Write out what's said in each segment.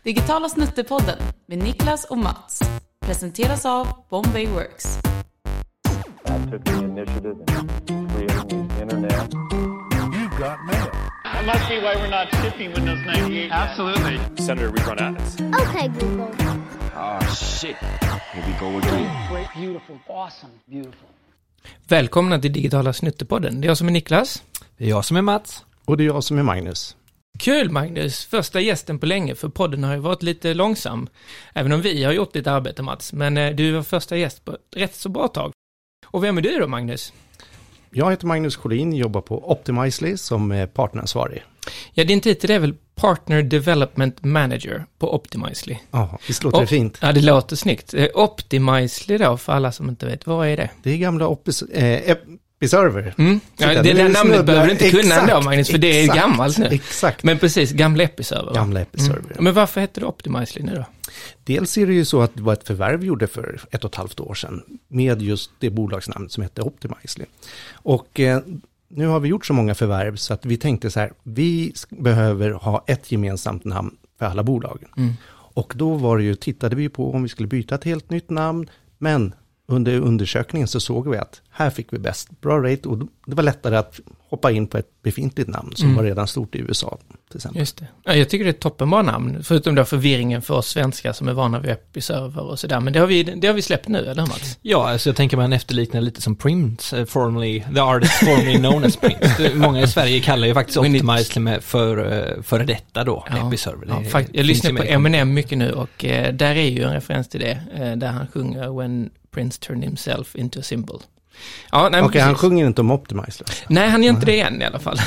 Digitala Snuttepodden med Niklas och Mats. Presenteras av Bombay Works. I took the initiative in creating the internet. You got mail. That must be why we're not shipping Windows 98. Absolutely. Senator rerun ads. Okay, Google. Oh, shit. Here we go again. Great, beautiful, awesome, beautiful. Välkomna till Digitala Snuttepodden. Det är jag som är Niklas. Det är jag som är Mats. Och det är jag som är Magnus. Kul Magnus, första gästen på länge, för podden har ju varit lite långsam. Även om vi har gjort lite arbete, Mats. Men du var första gäst på ett rätt så bra tag. Och vem är du då, Magnus? Jag heter Magnus Collin, jobbar på Optimizely som partneransvarig. Ja, din titel är väl Partner Development Manager på Optimizely. Ja, visst låter det fint. Ja, det låter snyggt. Optimizely då, för alla som inte vet, vad är det? Det är gamla Episerver. Ja, det där namnet behöver du inte kunna ändå, Magnus, för det är gammalt nu. Exakt. Men precis, gamla Episerver. Gamla Episerver. Men varför heter det Optimizely nu då? Dels är det ju så att det var ett förvärv vi gjorde för 1,5 år sedan med just det bolagsnamnet som heter Optimizely. Och nu har vi gjort så många förvärv så att vi tänkte så här, vi behöver ha ett gemensamt namn för alla bolagen. Och då var det ju, tittade vi på om vi skulle byta ett helt nytt namn, men under undersökningen så såg vi att här fick vi bra rate och det var lättare att hoppa in på ett befintligt namn som var redan stort i USA till exempel. Just det. Ja, jag tycker det är ett toppenbra namn, förutom då förvirringen för oss svenskar som är vana vid Episerver och sådär. Men det har vi släppt nu, eller Mats? Ja, alltså jag tänker man efterliknar lite som Prince, formerly, the artist formerly known as Prince. Många i Sverige kallar ju faktiskt Optimizely med för detta då, Episerver. Ja, jag lyssnar på Eminem mycket nu och där är ju en referens till det, där han sjunger When Prince turned himself into a symbol. Ja, Okej, han sjunger inte om Optimizely. Nej, han gör inte det än i alla fall.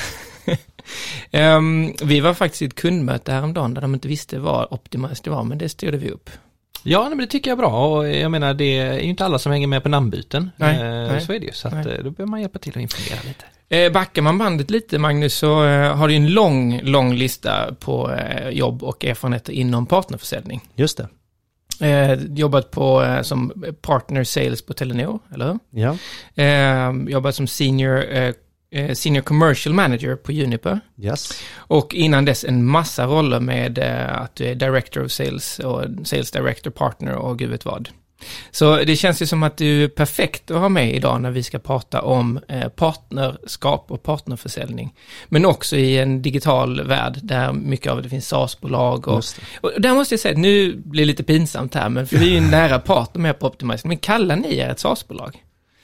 Vi var faktiskt i ett kundmöte häromdagen där de inte visste vad Optimizely var, men det styrde vi upp. Ja, men det tycker jag är bra, och jag menar det är ju inte alla som hänger med på namnbyten. Nej. Så är det ju, så att, då behöver man hjälpa till att informera lite. Backar man bandet lite, Magnus, så har du en lång lista på jobb och erfarenheter inom partnerförsäljning. Just det. Jobbat på som partner sales på Telenor, eller hur? Ja. Jobbat som senior commercial manager på Juniper. Yes. Och innan dess en massa roller med att du är director of sales och sales director, partner och gud vet vad. Så det känns ju som att du är perfekt att ha med idag när vi ska prata om partnerskap och partnerförsäljning. Men också i en digital värld där mycket av det finns SaaS-bolag. Och där måste jag säga att nu blir det lite pinsamt här, men för vi är ju en nära partner med på Optimizely. Men kallar ni er ett SaaS-bolag?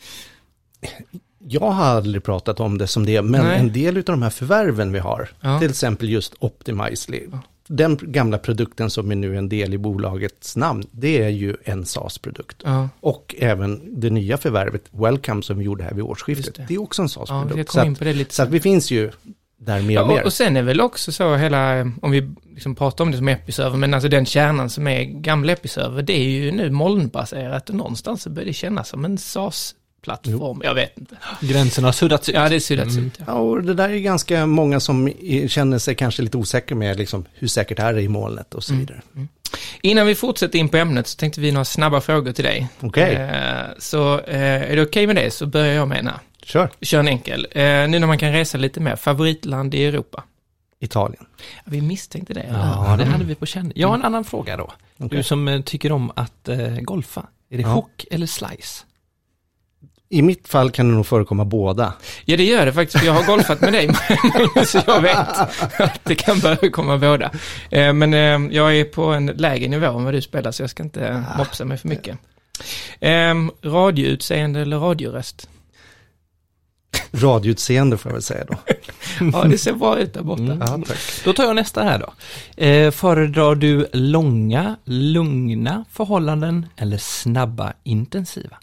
Jag har aldrig pratat om det som det, men en del av de här förvärven vi har, till exempel just Optimizely, den gamla produkten som är nu en del i bolagets namn, det är ju en SaaS-produkt. Och även det nya förvärvet, Welcome, som vi gjorde här vid årsskiftet, det är också en SaaS-produkt. Så att vi finns ju där mer och mer. Och sen är väl också så hela, om vi liksom pratar om det som Episerver, men alltså den kärnan som är gamla Episerver, det är ju nu molnbaserat och någonstans så börjar det kännas som en SaaS-plattform. Jag vet inte. Gränserna har suddats ut. Ja, det är suddats ut. Ja, och det där är ganska många som känner sig kanske lite osäkra med liksom, hur säkert är det i molnet och så vidare. Innan vi fortsätter in på ämnet så tänkte vi några snabba frågor till dig. Okej. Så är det okej med det så börjar jag med ena. Kör en enkel. Nu när man kan resa lite mer, favoritland i Europa? Italien. Ja, vi misstänkte det. Ja, det hade vi på känn. Jag har en annan fråga då. Okay. Du som tycker om att golfa. Är det hook eller slice? I mitt fall kan det nog förekomma båda. Ja, det gör det faktiskt. Jag har golfat med dig, så jag vet att det kan förekomma båda. Men jag är på en lägre nivå än vad du spelar, så jag ska inte mopsa mig för mycket. Radioutseende eller radioröst? Radioutseende får jag väl säga då. Ja, det ser bra ut där borta. Ja, då tar jag nästa här då. Föredrar du långa, lugna förhållanden eller snabba, intensiva?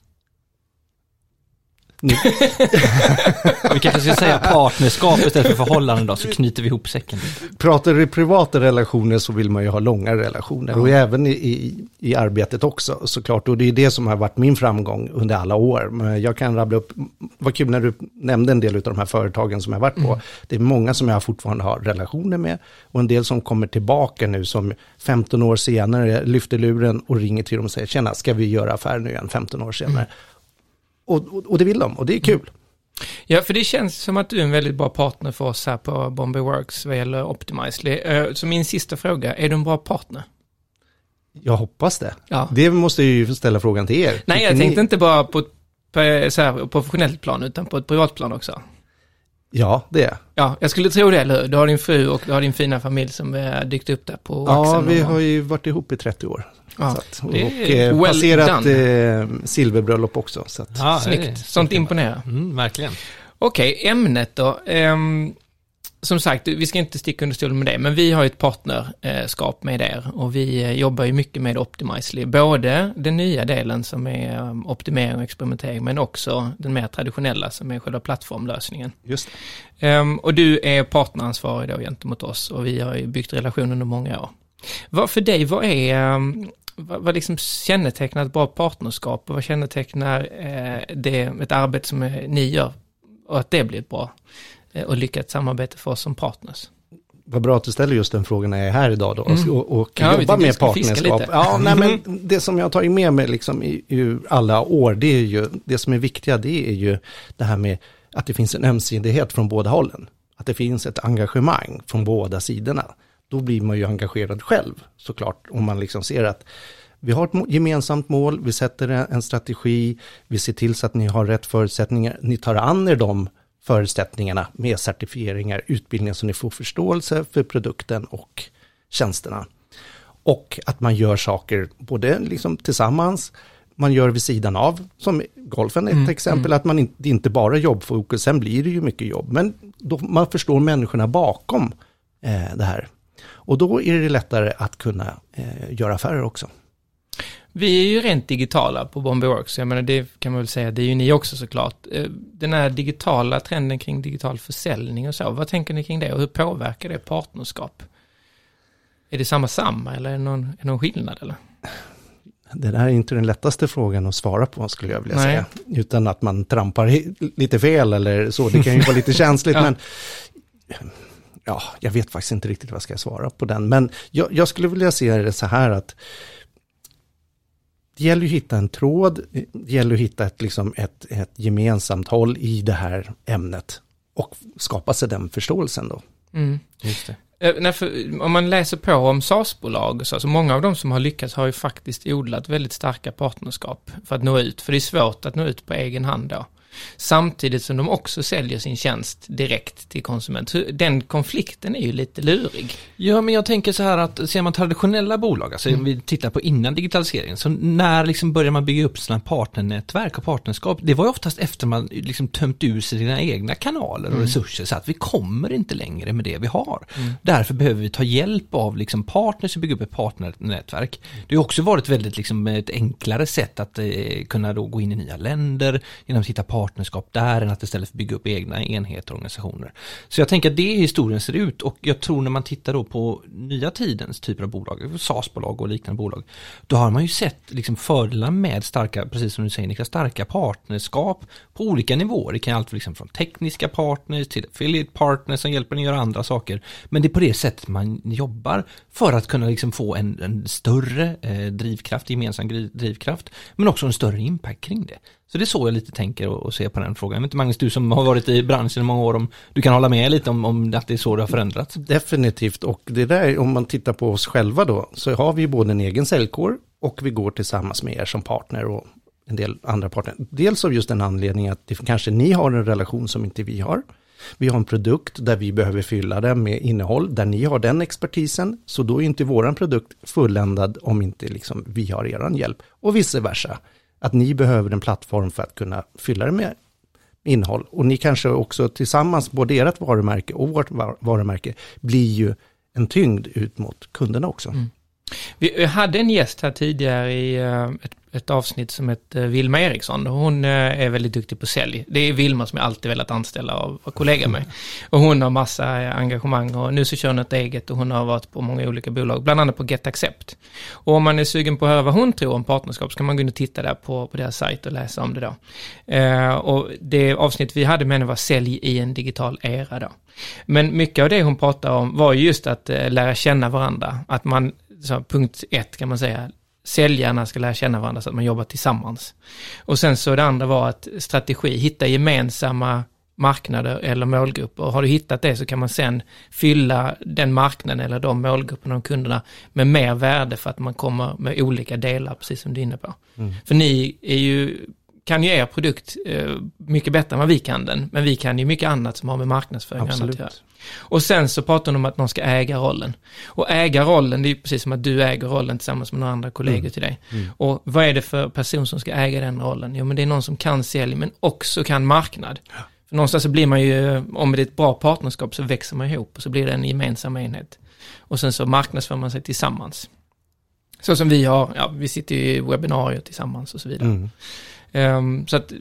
Vi kanske ska säga partnerskap istället för förhållanden då, så knyter vi ihop säcken. Pratar du i privata relationer så vill man ju ha långa relationer och även i arbetet också såklart, och det är det som har varit min framgång under alla år. Men jag kan rabbla upp, vad kul när du nämnde en del av de här företagen som jag varit på. Det är många som jag fortfarande har relationer med och en del som kommer tillbaka nu som 15 år senare lyfter luren och ringer till dem och säger tjena, ska vi göra affär nu igen 15 år senare? Och det vill de, och det är kul. Ja, för det känns som att du är en väldigt bra partner för oss här på Bombay Works vad gäller Optimizely. Så min sista fråga, är du en bra partner? Jag hoppas det. Ja. Det måste jag ju ställa frågan till er. Nej, jag tänkte inte bara på så här professionellt plan utan på ett privat plan också. Ja, det är. Ja, jag skulle tro det, eller hur? Du har din fru och du har din fina familj som dykt upp där på axeln. Ja, vi har ju varit ihop i 30 år. Ja, så att, och well passerat silverbröllop också. Så att. Ja, snyggt. Sånt imponerar. Verkligen. Okej, ämnet då. Som sagt, vi ska inte sticka under stolen med det, men vi har ju ett partnerskap med er och vi jobbar ju mycket med Optimizely. Både den nya delen som är optimering och experimentering, men också den mer traditionella som är själva plattformlösningen. Just det. Och du är partneransvarig då gentemot oss och vi har ju byggt relationen under många år. För dig, vad liksom kännetecknar ett bra partnerskap och vad kännetecknar ett arbete som ni gör och att det blir bra och lyckat samarbete för oss som partners? Vad bra att du ställer just den frågan när jag är här idag då och jobbar med partnerskap. Ja, nej, men det som jag har tagit med mig liksom i alla år, det är ju det som är viktiga, det är ju det här med att det finns en ömsesidighet från båda hållen. Att det finns ett engagemang från båda sidorna. Då blir man ju engagerad själv såklart, om man liksom ser att vi har ett gemensamt mål, vi sätter en strategi, vi ser till så att ni har rätt förutsättningar, ni tar an er de förutsättningarna med certifieringar, utbildningar så ni får förståelse för produkten och tjänsterna. Och att man gör saker både liksom tillsammans, man gör vid sidan av, som golfen är ett exempel, att det inte bara jobbfokus, sen blir det ju mycket jobb, men då man förstår människorna bakom det här. Och då är det lättare att kunna göra affärer också. Vi är ju rent digitala på Bombay Works. Jag menar, det kan man väl säga, det är ju ni också såklart. Den här digitala trenden kring digital försäljning och så, vad tänker ni kring det och hur påverkar det partnerskap? Är det samma eller är det någon skillnad eller? Det där är inte den lättaste frågan att svara på skulle jag vilja säga. Utan att man trampar lite fel eller så. Det kan ju vara lite känsligt men jag vet faktiskt inte riktigt vad jag ska svara på den. Men jag skulle vilja se det så här att det gäller att hitta en tråd, det gäller att hitta ett gemensamt håll i det här ämnet och skapa sig den förståelsen då. Just det. Om man läser på om SaaS-bolag så många av de som har lyckats har ju faktiskt odlat väldigt starka partnerskap för att nå ut. För det är svårt att nå ut på egen hand då. Samtidigt som de också säljer sin tjänst direkt till konsument. Den konflikten är ju lite lurig. Ja, men jag tänker så här att ser man traditionella bolag, alltså vi tittar på innan digitaliseringen, så när liksom börjar man bygga upp sina partnernätverk och partnerskap, det var ju oftast efter man liksom tömt ur sig sina egna kanaler och resurser så att vi kommer inte längre med det vi har. Därför behöver vi ta hjälp av liksom partners och bygga upp ett partnernätverk. Det har också varit väldigt liksom ett enklare sätt att kunna då gå in i nya länder genom att hitta partnerskap där än att istället bygga upp egna enheter och organisationer. Så jag tänker att det är historien ser ut och jag tror när man tittar då på nya tidens typer av bolag, SaaS-bolag och liknande bolag, då har man ju sett liksom fördelar med starka, precis som du säger Niklas, starka partnerskap på olika nivåer. Det kan alltid liksom från tekniska partners till affiliate partners som hjälper en att göra andra saker. Men det är på det sättet man jobbar för att kunna liksom få en större drivkraft, gemensam drivkraft, men också en större impact kring det. Så det är så jag lite tänker och ser på den frågan. Jag vet inte, Magnus, du som har varit i branschen i många år, om du kan hålla med lite om att det är så det har förändrats? Definitivt, och det där, om man tittar på oss själva då, så har vi både en egen säljkår och vi går tillsammans med er som partner och en del andra partner. Dels av just den anledningen att kanske ni har en relation som inte vi har. Vi har en produkt där vi behöver fylla den med innehåll, där ni har den expertisen, så då är inte våran produkt fulländad om inte liksom vi har eran hjälp. Och vice versa, att ni behöver en plattform för att kunna fylla det med innehåll. Och ni kanske också tillsammans, både ert varumärke och vårt varumärke, blir ju en tyngd ut mot kunderna också. Vi hade en gäst här tidigare i ett avsnitt som heter Vilma Eriksson. Hon är väldigt duktig på sälj. Det är Vilma som jag alltid velat anställa och kollega med. Och hon har massa engagemang och nu så kör hon ett eget och hon har varit på många olika bolag, bland annat på Get Accept. Och om man är sugen på att höra vad hon tror om partnerskap så kan man gå in och titta där på deras sajt och läsa om det då. Och det avsnitt vi hade med henne var sälj i en digital era då. Men mycket av det hon pratade om var just att lära känna varandra. Att man, så punkt 1 kan man säga, säljarna ska lära känna varandra så att man jobbar tillsammans. Och sen så det andra var att strategi, hitta gemensamma marknader eller målgrupper. Och har du hittat det så kan man sen fylla den marknaden eller de målgrupperna och kunderna med mer värde för att man kommer med olika delar, precis som du är inne på. För ni kan ju er produkt mycket bättre än vad vi kan den, men vi kan ju mycket annat som har med marknadsföring och annat att göra. Och sen så pratar de om att någon ska äga rollen. Och äga rollen, det är ju precis som att du äger rollen tillsammans med några andra kollegor till dig. Och vad är det för person som ska äga den rollen? Jo, men det är någon som kan sälj, men också kan marknad. För någonstans så blir man ju, om det är ett bra partnerskap så växer man ihop och så blir det en gemensam enhet. Och sen så marknadsför man sig tillsammans. Så som vi har, vi sitter ju i webbinarier tillsammans och så vidare. Så att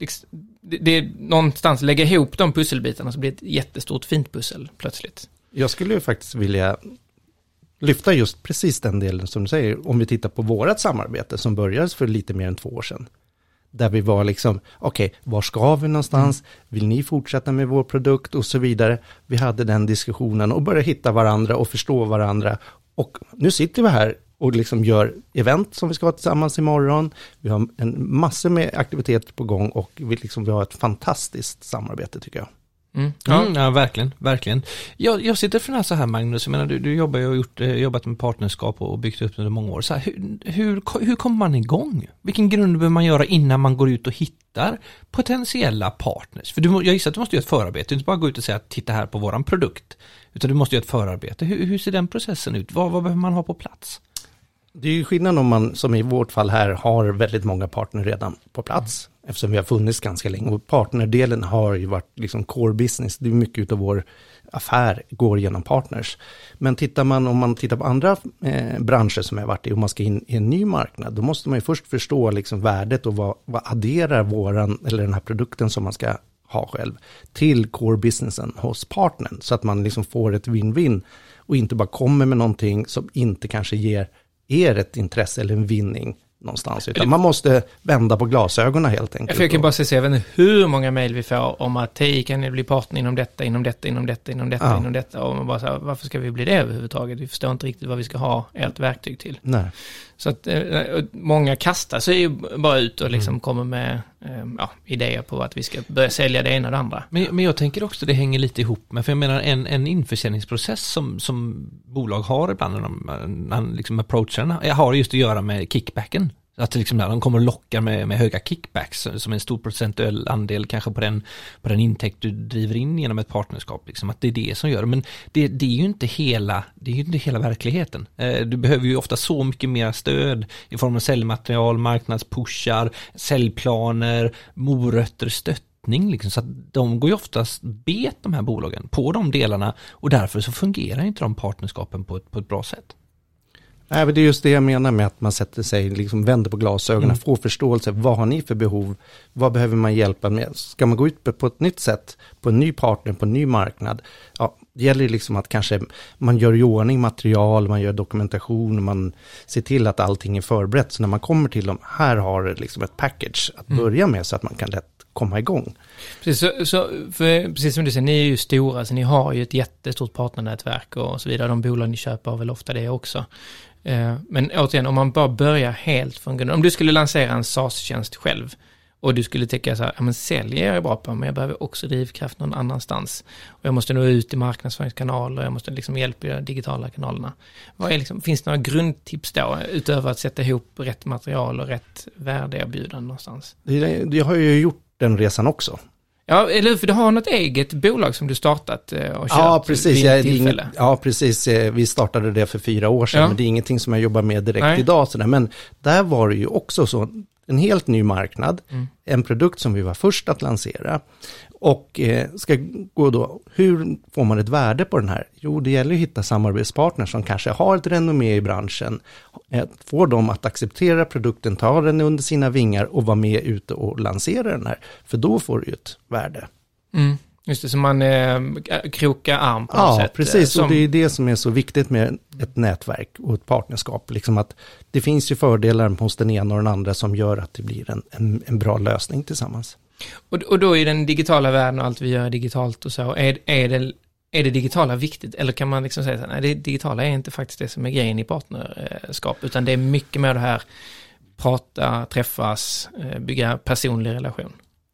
det är någonstans lägga ihop de pusselbitarna så blir det ett jättestort fint pussel plötsligt. Jag skulle ju faktiskt vilja lyfta just precis den delen som du säger. Om vi tittar på vårat samarbete som började för lite mer än 2 år sedan. Där vi var liksom, okej, var ska vi någonstans? Vill ni fortsätta med vår produkt och så vidare? Vi hade den diskussionen och började hitta varandra och förstå varandra. Och nu sitter vi här och liksom gör event som vi ska ha tillsammans imorgon. Vi har en massa med aktiviteter på gång och vi har ett fantastiskt samarbete tycker jag. Ja, verkligen. Jag sitter för så här, Magnus, jag menar, du jobbar ju och jobbat med partnerskap och byggt upp under många år. Så här, hur kommer man igång? Vilken grund behöver man göra innan man går ut och hittar potentiella partners? För jag gissar att du måste göra ett förarbete, inte bara gå ut och säga titta här på våran produkt, utan du måste göra ett förarbete. Hur ser den processen ut? Vad behöver man ha på plats? Det är ju skillnad om man, som i vårt fall här, har väldigt många partner redan på plats. Eftersom vi har funnits ganska länge. Och partnerdelen har ju varit liksom core business. Det är mycket av vår affär går genom partners. Men om man tittar på andra branscher som jag har varit i och man ska in i en ny marknad. Då måste man ju först förstå liksom värdet och vad adderar den här produkten som man ska ha själv till core businessen hos partnern. Så att man liksom får ett win-win och inte bara kommer med någonting som inte kanske ger er ett intresse eller en vinning någonstans. Utan man måste vända på glasögonen helt enkelt. Jag kan bara säga, jag vet inte hur många mejl vi får om att kan ni bli partner inom detta. Och man bara så här, varför ska vi bli det överhuvudtaget? Vi förstår inte riktigt vad vi ska ha ert verktyg till. Nej. Så att många kastar sig ju bara ut och liksom kommer med idéer på att vi ska börja sälja det ena och det andra. Men jag tänker också att det hänger lite ihop med, för jag menar en införsäljningsprocess som bolag har ibland när man liksom approachar har just att göra med kickbacken. Att liksom där de kommer att locka med höga kickbacks som en stor procentuell andel kanske på den intäkt du driver in genom ett partnerskap. Liksom, att det är det som gör det. Men det är ju inte hela verkligheten. Du behöver ju ofta så mycket mer stöd i form av säljmaterial, marknadspushar, säljplaner, morötter, stöttning. Liksom, så att de går ju oftast bet de här bolagen på de delarna och därför så fungerar inte de partnerskapen på ett bra sätt. Nej, men det är just det jag menar med att man sätter sig, liksom vänder på glasögonen, får förståelse. Vad har ni för behov? Vad behöver man hjälpa med? Ska man gå ut på ett nytt sätt, på en ny partner, på en ny marknad? Ja, det gäller liksom att kanske man gör i ordning material, man gör dokumentation, man ser till att allting är förberett. Så när man kommer till dem, här har det liksom ett package att börja med så att man kan lätt komma igång. Precis, precis som du säger, ni är ju stora, så ni har ju ett jättestort partnernätverk och så vidare. De bolag ni köper har väl ofta det också. Men återigen, om man bara börjar helt från grunden. Om du skulle lansera en SaaS-tjänst själv och du skulle tänka så här, ja men säljer jag är bra på, men jag behöver också drivkraft någon annanstans. Och jag måste nå ut i marknadsföringskanaler, jag måste liksom hjälpa de digitala kanalerna. Finns det några grundtips då, utöver att sätta ihop rätt material och rätt värdeerbjudande någonstans? Jag har ju gjort den resan också. Ja, eller hur? För du har något eget bolag som du startat och kört. Ja, precis. Vi startade det för 4 år sedan, men det är ingenting som jag jobbar med direkt idag. Sådär. Men där var det ju också så, en helt ny marknad, en produkt som vi var först att lansera. Och ska gå då, hur får man ett värde på den här? Jo, det gäller att hitta samarbetspartners som kanske har ett renommé i branschen. Får dem att acceptera produkten, ta den under sina vingar och vara med ute och lansera den här. För då får du ju ett värde. Just det, så man krokar arm på något sätt. Ja, precis. Och det är det som är så viktigt med ett nätverk och ett partnerskap. Liksom att det finns ju fördelar hos den ena och den andra som gör att det blir en bra lösning tillsammans. Och då i den digitala världen och allt vi gör digitalt och så, är det digitala viktigt? Eller kan man liksom säga att det digitala är inte faktiskt det som är grejen i partnerskap, utan det är mycket mer det här prata, träffas, bygga personlig relation?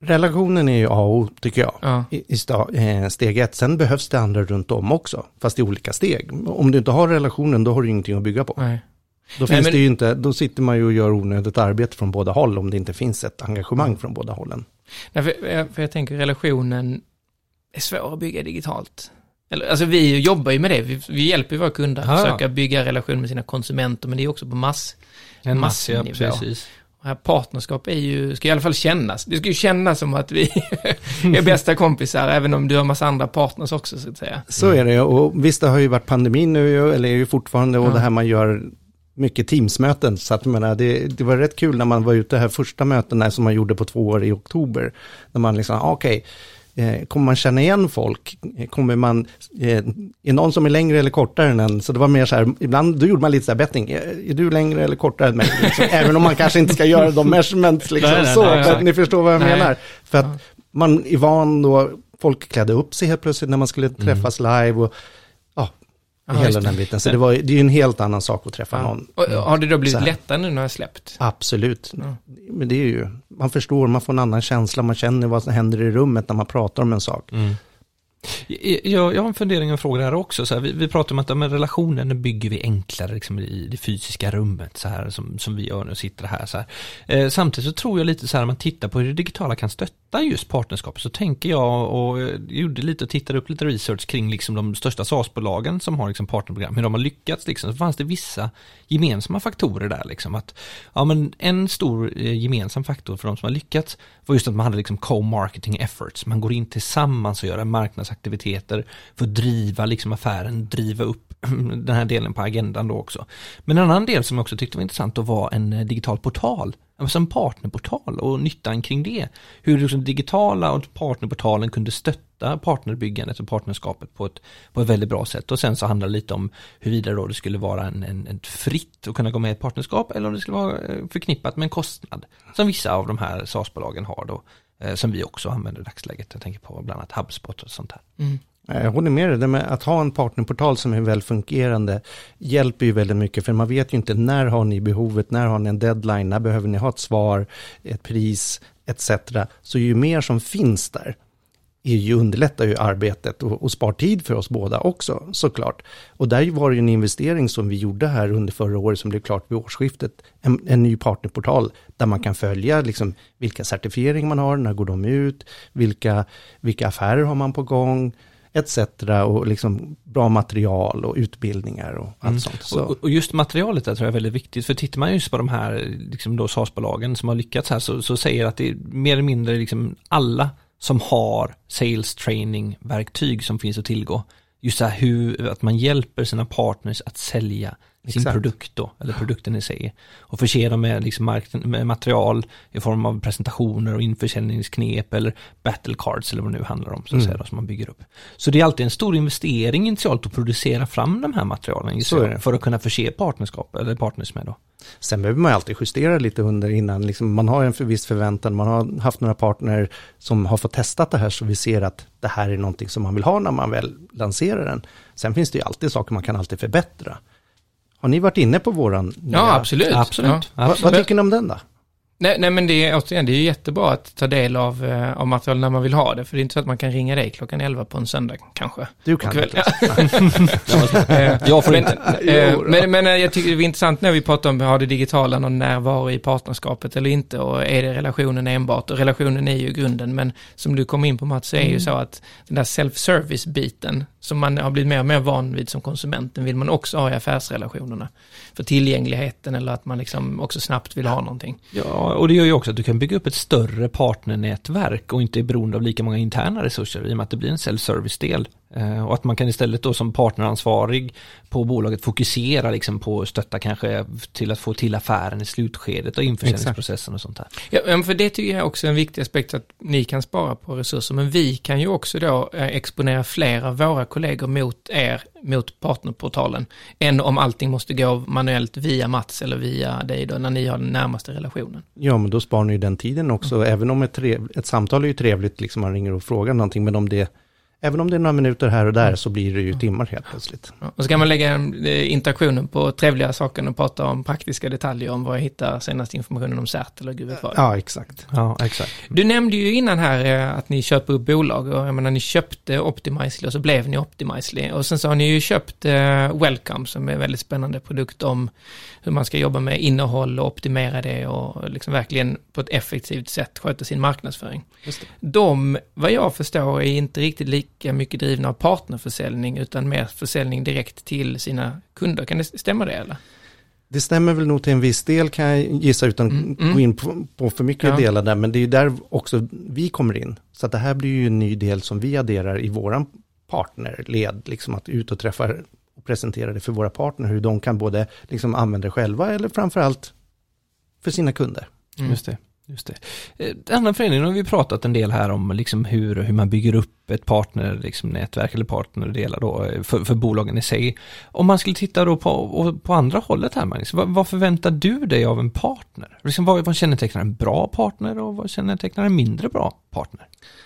Relationen är ju A och O, tycker jag, Ja. i steg 1. Sen behövs det andra runt om också, fast i olika steg. Om du inte har relationen, då har du ingenting att bygga på. Nej. Då finns det ju inte, då sitter man ju och gör onödigt arbete från båda håll om det inte finns ett engagemang från båda hållen. Nej, för jag tänker relationen är svår att bygga digitalt. Alltså vi jobbar ju med det, vi hjälper ju våra kunder att försöka bygga relation med sina konsumenter, men det är också på massnivå. Precis. Och här partnerskap ska i alla fall kännas. Det ska ju kännas som att vi är bästa kompisar, även om du har massa andra partners också, så att säga. Så är det, och visst det har ju varit pandemin nu, eller är ju fortfarande, och det här man gör mycket teamsmöten, så att det var rätt kul när man var ute här första mötena som man gjorde på 2 år i oktober, när man liksom, kommer man känna igen folk? Kommer man, är någon som är längre eller kortare än en? Så det var mer så här, ibland då gjorde man lite så här betting, är du längre eller kortare än mig? Liksom, även om man kanske inte ska göra de measurements liksom, nej, ni förstår vad jag menar. För att man är van då, folk klädde upp sig helt plötsligt när man skulle träffas live och hela den biten. Så det är ju en helt annan sak att träffa någon. Och har det då blivit lättare nu när jag släppt? Absolut. Ja. Men det är ju, man förstår, man får en annan känsla, man känner vad som händer i rummet när man pratar om en sak. Jag har en fundering och en fråga här också. Så här, vi pratar om att relationen bygger vi enklare liksom, i det fysiska rummet så här, som vi gör nu, sitter här så här. Samtidigt så tror jag lite så här, när man tittar på hur det digitala kan stötta just partnerskap, så tänker jag, och gjorde lite och tittade upp lite research kring liksom de största SaaS-bolagen som har liksom partnerprogram, hur de har lyckats liksom, så fanns det vissa gemensamma faktorer där liksom, att men en stor gemensam faktor för de som har lyckats var just att man hade liksom co-marketing efforts, man går in tillsammans och gör marknadsaktiviteter för att driva liksom affären, driva upp den här delen på agendan då också. Men en annan del som jag också tyckte var intressant att var en digital portal, alltså en partnerportal och nyttan kring det. Hur liksom digitala och partnerportalen kunde stötta partnerbyggandet och partnerskapet på ett väldigt bra sätt. Och sen så handlar det lite om huruvida då det skulle vara en fritt att kunna gå med i ett partnerskap, eller om det skulle vara förknippat med en kostnad som vissa av de här SaaS-bolagen har då, som vi också använder i dagsläget. Jag tänker på bland annat HubSpot och sånt här. Jag håller med dig, det med att ha en partnerportal som är väl fungerande hjälper ju väldigt mycket, för man vet ju inte när har ni behovet, när har ni en deadline, när behöver ni ha ett svar, ett pris etc. Så ju mer som finns där underlättar ju arbetet och spar tid för oss båda också, såklart. Och där var det ju en investering som vi gjorde här under förra året som blev klart vid årsskiftet, en ny partnerportal där man kan följa liksom vilka certifieringar man har, när går de ut, vilka affärer har man på gång etc. och liksom bra material och utbildningar och allt sånt. Så. Och just materialet där tror jag är väldigt viktigt, för tittar man just på de här liksom då SaaS-bolagen som har lyckats här, så säger att det är mer eller mindre liksom alla som har sales training verktyg som finns att tillgå. Just så här att man hjälper sina partners att sälja sin produkt då, eller produkten i sig, och förse dem med, liksom med material i form av presentationer och införsäljningsknep eller battle cards eller vad det nu handlar om, så att säga, då, som man bygger upp. Så det är alltid en stor investering initialt att producera fram de här materialen för att kunna förse partnerskap eller partners med då. Sen behöver man alltid justera lite innan liksom, man har en viss förväntan, man har haft några partner som har fått testat det här, så vi ser att det här är någonting som man vill ha när man väl lanserar den. Sen finns det ju alltid saker man kan alltid förbättra. Har ni varit inne på våran? Ja, absolut. Ja. Vad tycker ni om den då? Nej, men det är ju jättebra att ta del av material när man vill ha det. För det är inte så att man kan ringa dig klockan 11 på en söndag, kanske. Du kan inte. Jag får inte. Men jag tycker det är intressant när vi pratar om har det digitala någon närvaro i partnerskapet eller inte. Och är det relationen enbart? Och relationen är ju grunden. Men som du kom in på, Mats, så är ju så att den där self-service-biten som man har blivit mer och mer van vid som konsumenten vill man också ha i affärsrelationerna. För tillgängligheten eller att man liksom också snabbt vill ha någonting. Ja, och det gör ju också att du kan bygga upp ett större partnernätverk och inte är beroende av lika många interna resurser i och med att det blir en self-service-del. Och att man kan istället då som partneransvarig på bolaget fokusera liksom på att stötta kanske till att få till affären i slutskedet och införsäljningsprocessen och sånt här. Ja, men för det tycker jag också är en viktig aspekt, att ni kan spara på resurser, men vi kan ju också då exponera fler av våra kollegor mot partnerportalen än om allting måste gå manuellt via Mats eller via dig då, när ni har den närmaste relationen. Ja, men då sparar ni ju den tiden också, även om ett samtal är ju trevligt, liksom man ringer och frågar någonting, men om det Även om det är några minuter här och där så blir det ju timmar helt plötsligt. Ja, och så kan man lägga interaktionen på trevliga saker och prata om praktiska detaljer om vad jag hittar senast informationen om CERT eller gud vet vad. Ja, exakt. Ja, exakt. Du nämnde ju innan här att ni köper upp bolag och jag menar ni köpte Optimizely och så blev ni Optimizely och sen så har ni ju köpt Welcome som är en väldigt spännande produkt om hur man ska jobba med innehåll och optimera det och liksom verkligen på ett effektivt sätt sköta sin marknadsföring. Just det. De, vad jag förstår, är inte riktigt lika mycket drivna av partnerförsäljning utan mer försäljning direkt till sina kunder. Kan det stämma det eller? Det stämmer väl nog till en viss del kan jag gissa utan gå in på för mycket delar där. Men det är ju där också vi kommer in. Så att det här blir ju en ny del som vi adderar i våran partnerled. Liksom att ut och träffa och presentera det för våra partner. Hur de kan både liksom använda det själva eller framförallt för sina kunder. Just det. Andra föreningen har vi pratat en del här om liksom hur man bygger upp ett partner liksom nätverk eller partnerdelar då för bolagen i sig. Om man skulle titta då på andra hållet här, Magnus, vad förväntar du dig av en partner? Liksom vad kännetecknar en bra partner och vad kännetecknar en mindre bra partner?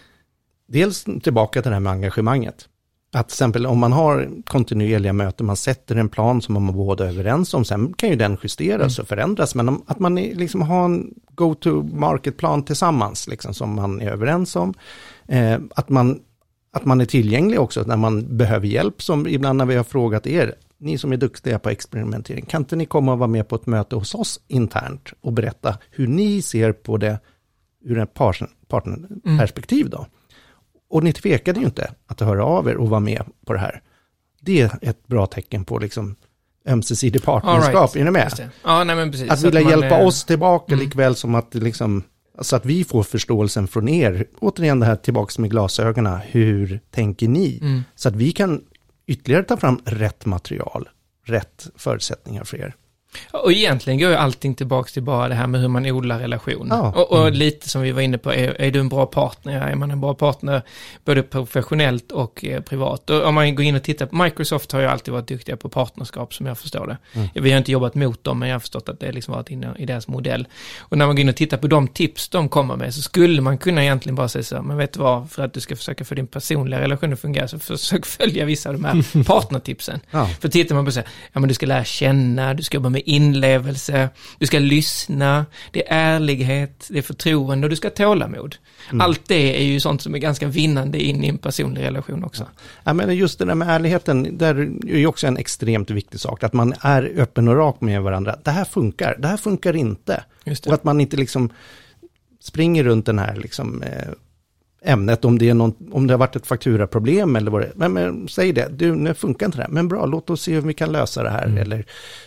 Dels tillbaka till det här med engagemanget. Att till exempel om man har kontinuerliga möten, man sätter en plan som man båda är överens om, sen kan ju den justeras och förändras, men att man liksom har en go-to-market-plan tillsammans liksom, som man är överens om. Att man är tillgänglig också när man behöver hjälp, som ibland när vi har frågat er, ni som är duktiga på experimentering, kan inte ni komma och vara med på ett möte hos oss internt och berätta hur ni ser på det ur ett partnerperspektiv då? Och ni tvekade ju inte att höra av er och vara med på det här. Det är ett bra tecken på liksom ömsesidig partnerskap. Är ni med? Ja, nej, men precis. Att vilja hjälpa oss tillbaka likväl som att liksom, så att vi får förståelsen från er. Återigen det här tillbaka med glasögonen. Hur tänker ni? Så att vi kan ytterligare ta fram rätt material, rätt förutsättningar för er. Och egentligen går ju allting tillbaka till bara det här med hur man odlar relation. Ja. Och lite som vi var inne på, är du en bra partner? Är man en bra partner både professionellt och privat? Och om man går in och tittar på Microsoft har ju alltid varit duktiga på partnerskap som jag förstår det. Vi har inte jobbat mot dem, men jag har förstått att det liksom varit inne i deras modell. Och när man går in och tittar på de tips de kommer med så skulle man kunna egentligen bara säga så, men vet du vad, för att du ska försöka få din personliga relation att fungera så försök följa vissa av de här partnertipsen. Ja. För tittar man på så här, ja men du ska lära känna, du ska jobba med inlevelse, du ska lyssna, det är ärlighet, det är förtroende och du ska ha tålamod. Allt det är ju sånt som är ganska vinnande in i en personlig relation också. Ja, men just det där med ärligheten, där är ju också en extremt viktig sak, att man är öppen och rak med varandra. Det här funkar inte. Och att man inte liksom springer runt den här liksom ämnet, om det har varit ett fakturaproblem eller vad det är. Men säg det, nu funkar inte det här. Men bra, låt oss se hur vi kan lösa det här. Eller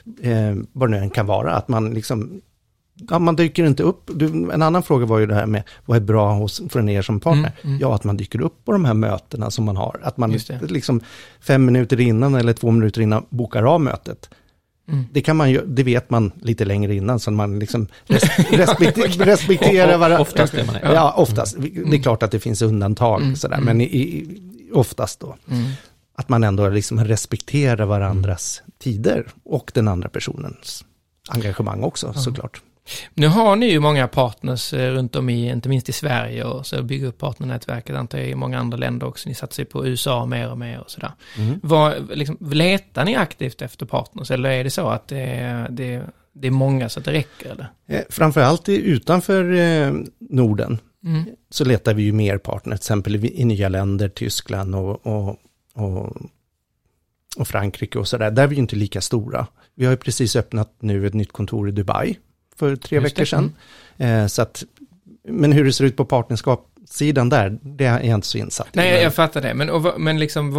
vad det nu kan vara. Att man liksom, man dyker inte upp. En annan fråga var ju det här med vad är bra för er som partner. Ja, att man dyker upp på de här mötena som man har. Att man liksom 5 minuter innan eller 2 minuter innan bokar av mötet. Det kan man ju, det vet man lite längre innan så man liksom respekterar varandra. Oftast är man det. Ja, oftast. Det är klart att det finns undantag sådär, men oftast då. Att man ändå liksom respekterar varandras tider och den andra personens engagemang också, såklart. Nu har ni ju många partners runt om i, inte minst i Sverige, och så bygger upp partnernätverket antar jag i många andra länder också. Ni satsar på USA mer och mer och sådär. Letar ni aktivt efter partners eller är det så att det är många så att det räcker? Eller? Framförallt utanför Norden så letar vi ju mer partner, till exempel i nya länder, Tyskland och Frankrike och sådär. Där är vi ju inte lika stora. Vi har ju precis öppnat nu ett nytt kontor i Dubai för 3 veckor sedan. Så att, men hur det ser ut på partnerskapssidan där, det är jag inte så insatt. Nej, jag fattar det. Men liksom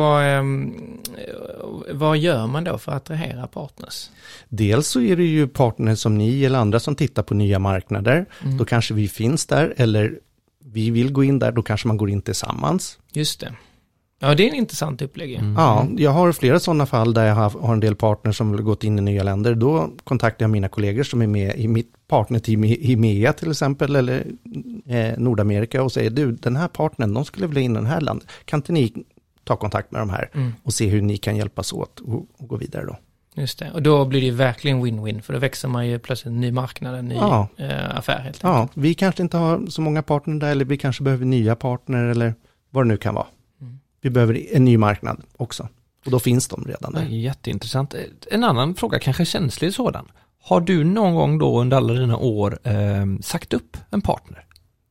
vad gör man då för att attrahera partners? Dels så är det ju partners som ni eller andra som tittar på nya marknader. Då kanske vi finns där, eller vi vill gå in där, då kanske man går in tillsammans. Just det. Ja, det är en intressant upplägg. Ja, jag har flera sådana fall där jag har en del partners som har gått in i nya länder. Då kontaktar jag mina kollegor som är med i mitt partnerteam i MEA till exempel, eller Nordamerika, och säger du, den här partnern, de skulle vilja in i den här landet. Kan inte ni ta kontakt med de här och se hur ni kan hjälpas åt och gå vidare då? Just det, och då blir det verkligen win-win, för då växer man ju plötsligt en ny marknad, en ny affär helt enkelt. Ja, vi kanske inte har så många partner där, eller vi kanske behöver nya partner eller vad det nu kan vara. vi behöver en ny marknad också. Och då finns de redan Det är där. jätteintressant. En annan fråga, kanske känslig sådan. Har du någon gång då under alla dina år sagt upp en partner?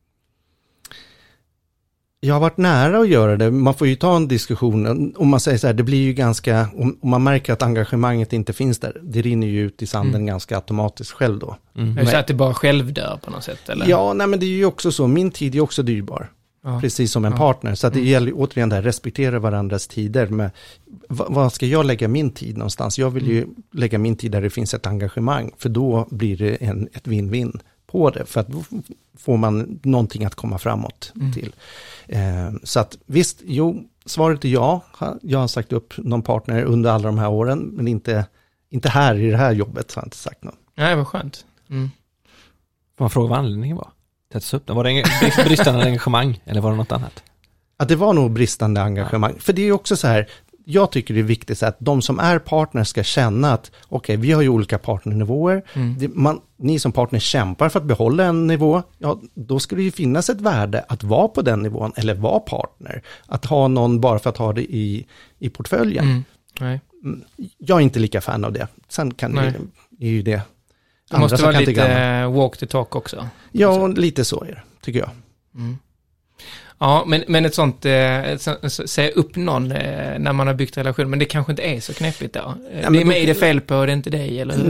Jag har varit nära att göra det. Man får ju ta en diskussion. Om man säger så här, det blir ju ganska, om man märker att engagemanget inte finns där, det rinner ju ut i sanden ganska automatiskt själv då. Är det så att det bara självdör på något sätt? Eller? Ja, nej men det är ju också så. Min tid är också dyrbar. Ja. Precis som en partner. Så att det gäller återigen det här, respektera varandras tider. Men vad ska jag lägga min tid någonstans? Jag vill ju lägga min tid där det finns ett engagemang. För då blir det ett win-win på det. För att då får man någonting att komma framåt till. Så att visst, svaret är ja. Jag har sagt upp någon partner under alla de här åren. Men inte här i det här jobbet har jag inte sagt något. Nej, vad skönt. Får man fråga vad anledningen var? Var det bristande engagemang eller var det något annat? Att det var nog bristande engagemang. För det är ju också så här, jag tycker det är viktigt så att de som är partner ska känna att okej, vi har ju olika partnernivåer. Ni som partner kämpar för att behålla en nivå. Ja, då ska det ju finnas ett värde att vara på den nivån eller vara partner. Att ha någon bara för att ha det i portföljen. Nej. Jag är inte lika fan av det. Sen kan det ju det. Det måste vara lite walk the talk också. Ja, lite så är det, tycker jag. Ja, men ett sånt, säga upp någon när man har byggt relation, men det kanske inte är så knäppigt då. Ja, det är mig det fel på, det är inte dig, eller hur?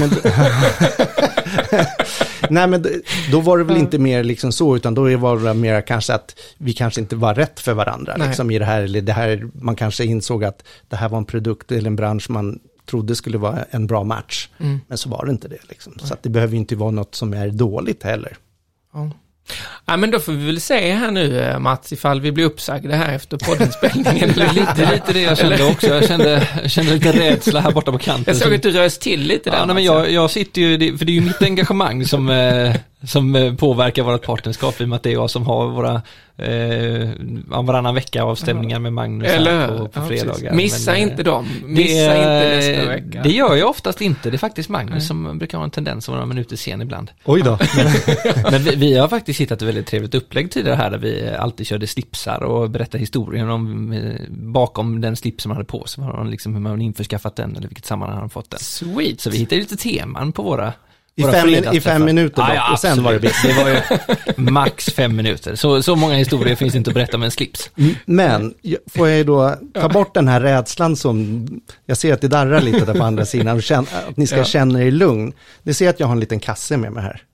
Nej, men då var det väl inte mer liksom så, utan då var det mer kanske att vi kanske inte var rätt för varandra liksom i det här, eller det här, man kanske insåg att det här var en produkt eller en bransch man trodde skulle vara en bra match, men så var det inte det liksom. Så att det behöver inte vara något som är dåligt heller. Ja, men då får vi väl se här nu, Mats, ifall vi blir uppsagda här efter poddinspelningen. lite det jag kände också. Jag kände lite rädsla här borta på kanten. Jag såg att du röst till lite där. Ja, nej, men jag sitter ju, för det är ju mitt engagemang som påverkar vårt partnerskap, i och med att det är jag som har varannan vecka avstämningar med Magnus på fredagar. Missa inte dem. Missa inte nästa vecka. Det gör jag oftast inte. Det är faktiskt Magnus som brukar ha en tendens att vara några minuter sen ibland. Oj då. Men vi har faktiskt hittat ett väldigt trevligt upplägg tidigare här, där vi alltid körde slipsar och berättade historien om bakom den slips som man hade på sig, liksom hur man införskaffat den eller vilket sammanhang han fått den. Sweet. Så vi hittade lite teman på våra I 5 minuter ja, och sen var det bäst. Det var ju max 5 minuter. Så många historier finns inte att berätta med en slips. Men får jag då ta bort den här rädslan som jag ser att det darrar lite där på andra sidan och att ni ska känna er lugn. Det ser att jag har en liten kasse med mig här.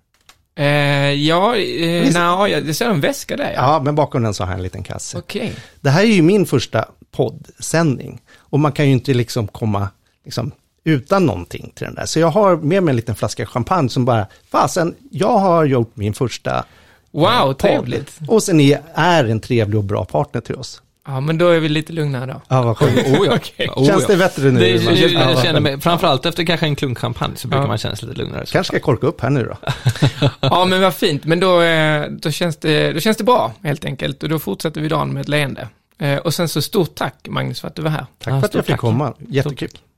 Det ser en väska där. Ja, men bakom den så har jag en liten kasse. Okej. Det här är ju min första poddsändning och man kan ju inte liksom komma utan någonting till den där. Så jag har med mig en liten flaska champagne som bara, jag har gjort min första podd. Trevligt. Och sen ni är en trevlig och bra partner till oss. Ja, men då är vi lite lugnare då. Ja, vad skönt. Känns det bättre nu? Jag känner mig, framförallt efter kanske en klunk champagne så brukar man känna sig lite lugnare. Kanske ska korka upp här nu då. Ja, men vad fint. Men då känns det bra helt enkelt. Och då fortsätter vi dagen med ett leende. Och sen så stort tack, Magnus, för att du var här. Tack för att jag fick komma. Jättekul.